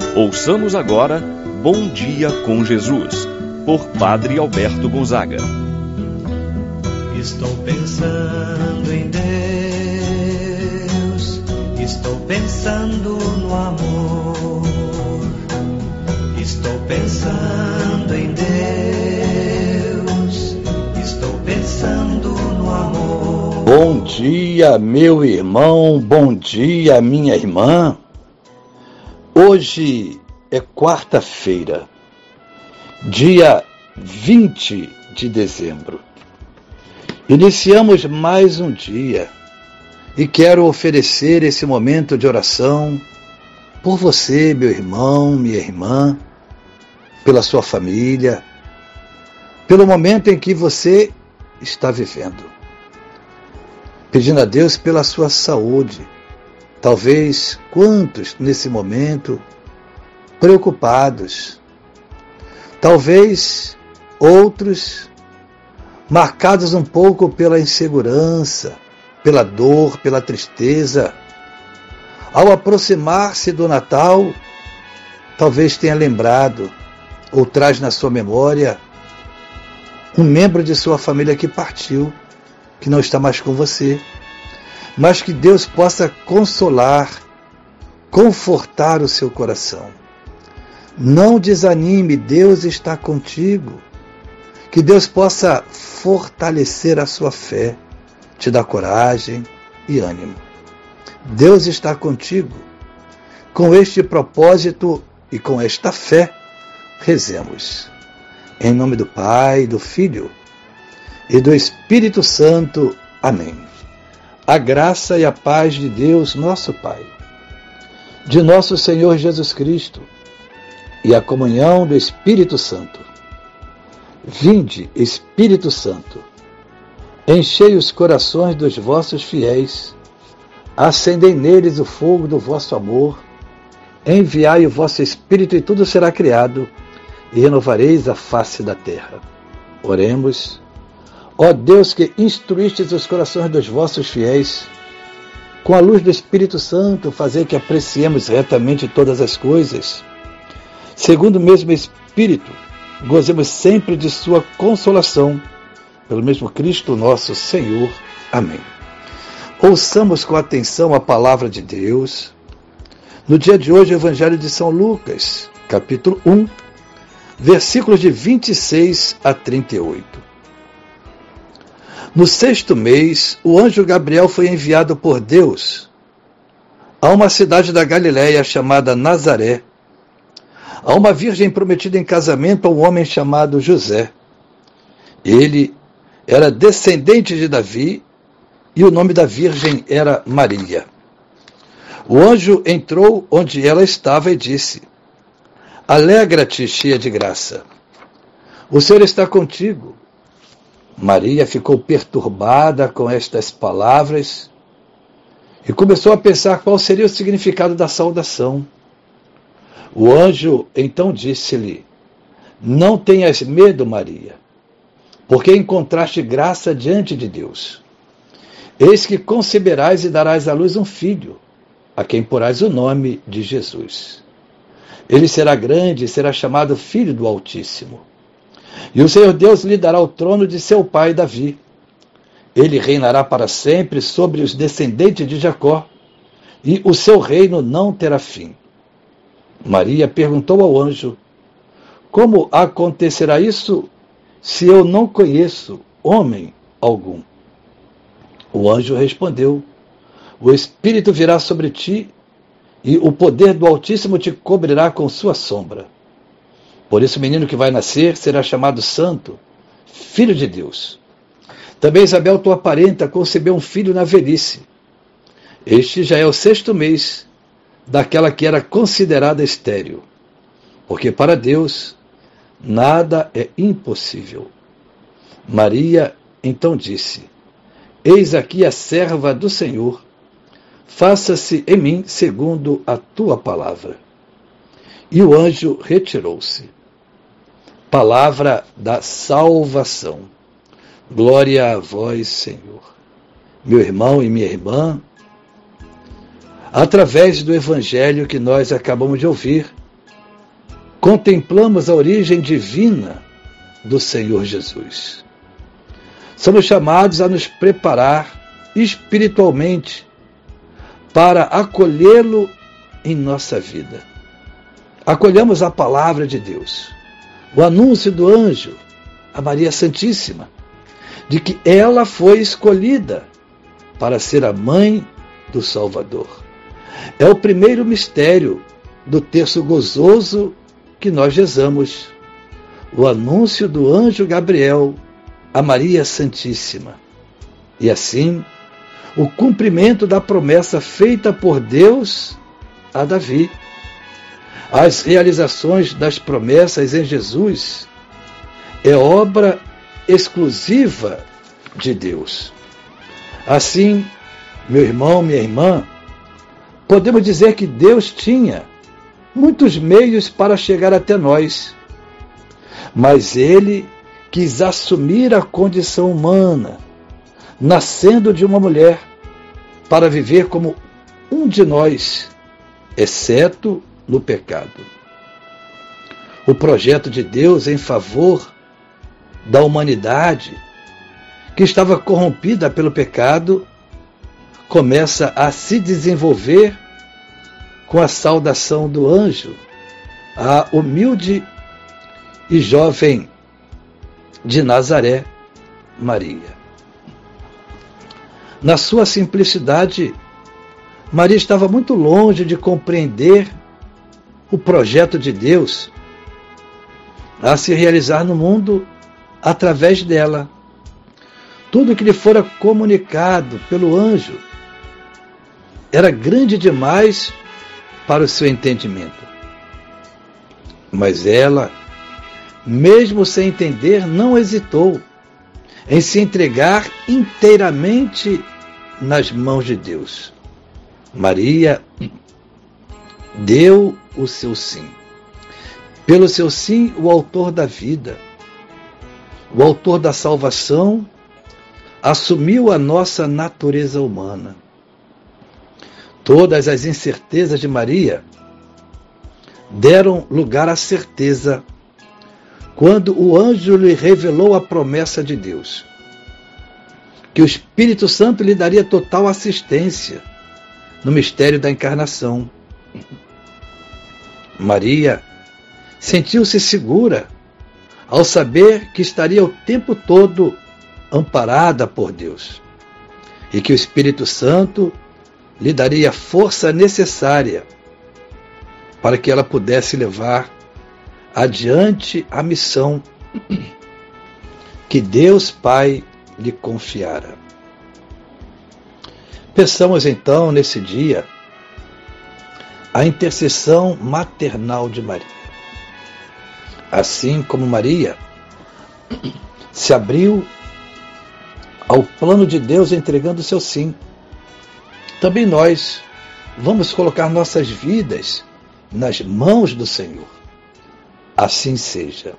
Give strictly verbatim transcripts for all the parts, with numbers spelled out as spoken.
Ouçamos agora Bom Dia com Jesus, por Padre Alberto Gonzaga. Estou pensando em Deus, estou pensando no amor, estou pensando em Deus, estou pensando no amor. Bom dia, meu irmão, bom dia, minha irmã. Hoje é quarta-feira, dia vinte de dezembro. Iniciamos mais um dia e quero oferecer esse momento de oração por você, meu irmão, minha irmã, pela sua família, pelo momento em que você está vivendo. Pedindo a Deus pela sua saúde. Talvez quantos nesse momento preocupados, talvez outros marcados um pouco pela insegurança, pela dor, pela tristeza. Ao aproximar-se do Natal, talvez tenha lembrado ou traz na sua memória um membro de sua família que partiu, que não está mais com você. Mas que Deus possa consolar, confortar o seu coração. Não desanime, Deus está contigo. Que Deus possa fortalecer a sua fé, te dar coragem e ânimo. Deus está contigo. Com este propósito e com esta fé, rezemos. Em nome do Pai, do Filho e do Espírito Santo. Amém. A graça e a paz de Deus, nosso Pai, de nosso Senhor Jesus Cristo e a comunhão do Espírito Santo. Vinde, Espírito Santo, enchei os corações dos vossos fiéis, acendei neles o fogo do vosso amor, enviai o vosso Espírito e tudo será criado, e renovareis a face da terra. Oremos. Ó Deus, que instruístes os corações dos vossos fiéis, com a luz do Espírito Santo, fazer que apreciemos retamente todas as coisas, segundo o mesmo Espírito, gozemos sempre de sua consolação, pelo mesmo Cristo nosso Senhor. Amém. Ouçamos com atenção a palavra de Deus. No dia de hoje, o Evangelho de São Lucas, capítulo um, versículos de vinte e seis a trinta e oito. No sexto mês, o anjo Gabriel foi enviado por Deus a uma cidade da Galiléia chamada Nazaré, a uma virgem prometida em casamento a um homem chamado José. Ele era descendente de Davi e o nome da virgem era Maria. O anjo entrou onde ela estava e disse: Alegra-te, cheia de graça, o Senhor está contigo. Maria ficou perturbada com estas palavras e começou a pensar qual seria o significado da saudação. O anjo então disse-lhe: Não tenhas medo, Maria, porque encontraste graça diante de Deus. Eis que conceberás e darás à luz um filho, a quem porás o nome de Jesus. Ele será grande e será chamado Filho do Altíssimo. E o Senhor Deus lhe dará o trono de seu pai Davi. Ele reinará para sempre sobre os descendentes de Jacó, e o seu reino não terá fim. Maria perguntou ao anjo: Como acontecerá isso, se eu não conheço homem algum? O anjo respondeu: O Espírito virá sobre ti, e o poder do Altíssimo te cobrirá com sua sombra. Por isso o menino que vai nascer será chamado Santo, Filho de Deus. Também Isabel, tua parenta, concebeu um filho na velhice. Este já é o sexto mês daquela que era considerada estéril, porque para Deus nada é impossível. Maria então disse: Eis aqui a serva do Senhor, faça-se em mim segundo a tua palavra. E o anjo retirou-se. Palavra da salvação. Glória a vós, Senhor. Meu irmão e minha irmã, através do Evangelho que nós acabamos de ouvir, contemplamos a origem divina do Senhor Jesus. Somos chamados a nos preparar espiritualmente para acolhê-lo em nossa vida. Acolhamos a palavra de Deus, o anúncio do anjo a Maria Santíssima, de que ela foi escolhida para ser a mãe do Salvador. É o primeiro mistério do terço gozoso que nós rezamos, o anúncio do anjo Gabriel a Maria Santíssima. E assim, o cumprimento da promessa feita por Deus a Davi. As realizações das promessas em Jesus é obra exclusiva de Deus. Assim, meu irmão, minha irmã, podemos dizer que Deus tinha muitos meios para chegar até nós, mas Ele quis assumir a condição humana, nascendo de uma mulher, para viver como um de nós, exceto no pecado. O projeto de Deus em favor da humanidade, que estava corrompida pelo pecado, começa a se desenvolver com a saudação do anjo à humilde e jovem de Nazaré, Maria. Na sua simplicidade, Maria estava muito longe de compreender o projeto de Deus a se realizar no mundo através dela. Tudo que lhe fora comunicado pelo anjo era grande demais para o seu entendimento. Mas ela, mesmo sem entender, não hesitou em se entregar inteiramente nas mãos de Deus. Maria deu o seu sim. Pelo seu sim, o autor da vida, o autor da salvação, assumiu a nossa natureza humana. Todas as incertezas de Maria deram lugar à certeza quando o anjo lhe revelou a promessa de Deus, que o Espírito Santo lhe daria total assistência no mistério da encarnação. Maria sentiu-se segura ao saber que estaria o tempo todo amparada por Deus e que o Espírito Santo lhe daria a força necessária para que ela pudesse levar adiante a missão que Deus Pai lhe confiara. Peçamos então, nesse dia, a intercessão maternal de Maria. Assim como Maria se abriu ao plano de Deus entregando o seu sim, também nós vamos colocar nossas vidas nas mãos do Senhor. Assim seja.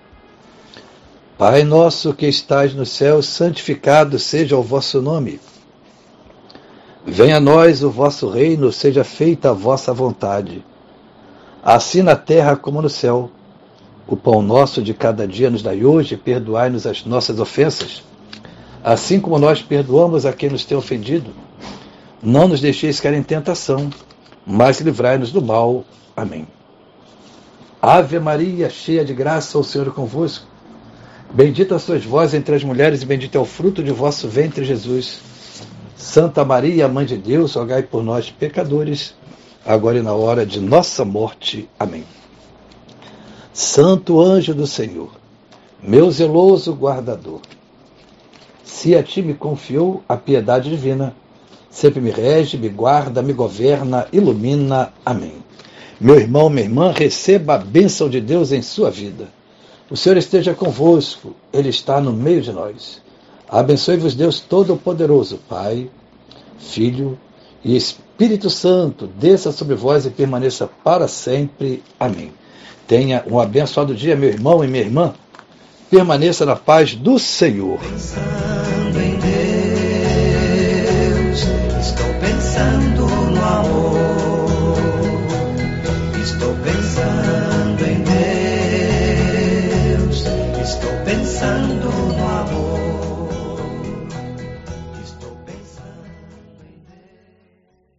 Pai nosso que estais no céu, santificado seja o vosso nome. Venha a nós o vosso reino, seja feita a vossa vontade, assim na terra como no céu. O pão nosso de cada dia nos dai hoje, perdoai-nos as nossas ofensas, assim como nós perdoamos a quem nos tem ofendido. Não nos deixeis cair em tentação, mas livrai-nos do mal. Amém. Ave Maria, cheia de graça, o Senhor é convosco. Bendita sois vós entre as mulheres, e bendito é o fruto de vosso ventre, Jesus. Santa Maria, Mãe de Deus, rogai por nós, pecadores, agora e na hora de nossa morte. Amém. Santo anjo do Senhor, meu zeloso guardador, se a ti me confiou a piedade divina, sempre me rege, me guarda, me governa, ilumina. Amém. Meu irmão, minha irmã, receba a bênção de Deus em sua vida. O Senhor esteja convosco, Ele está no meio de nós. Abençoe-vos Deus Todo-Poderoso, Pai, Filho e Espírito Santo, desça sobre vós e permaneça para sempre. Amém. Tenha um abençoado dia, meu irmão e minha irmã. Permaneça na paz do Senhor. Pensando em Deus, estou pensando no amor. Estou pensando em Deus. Pensando no amor.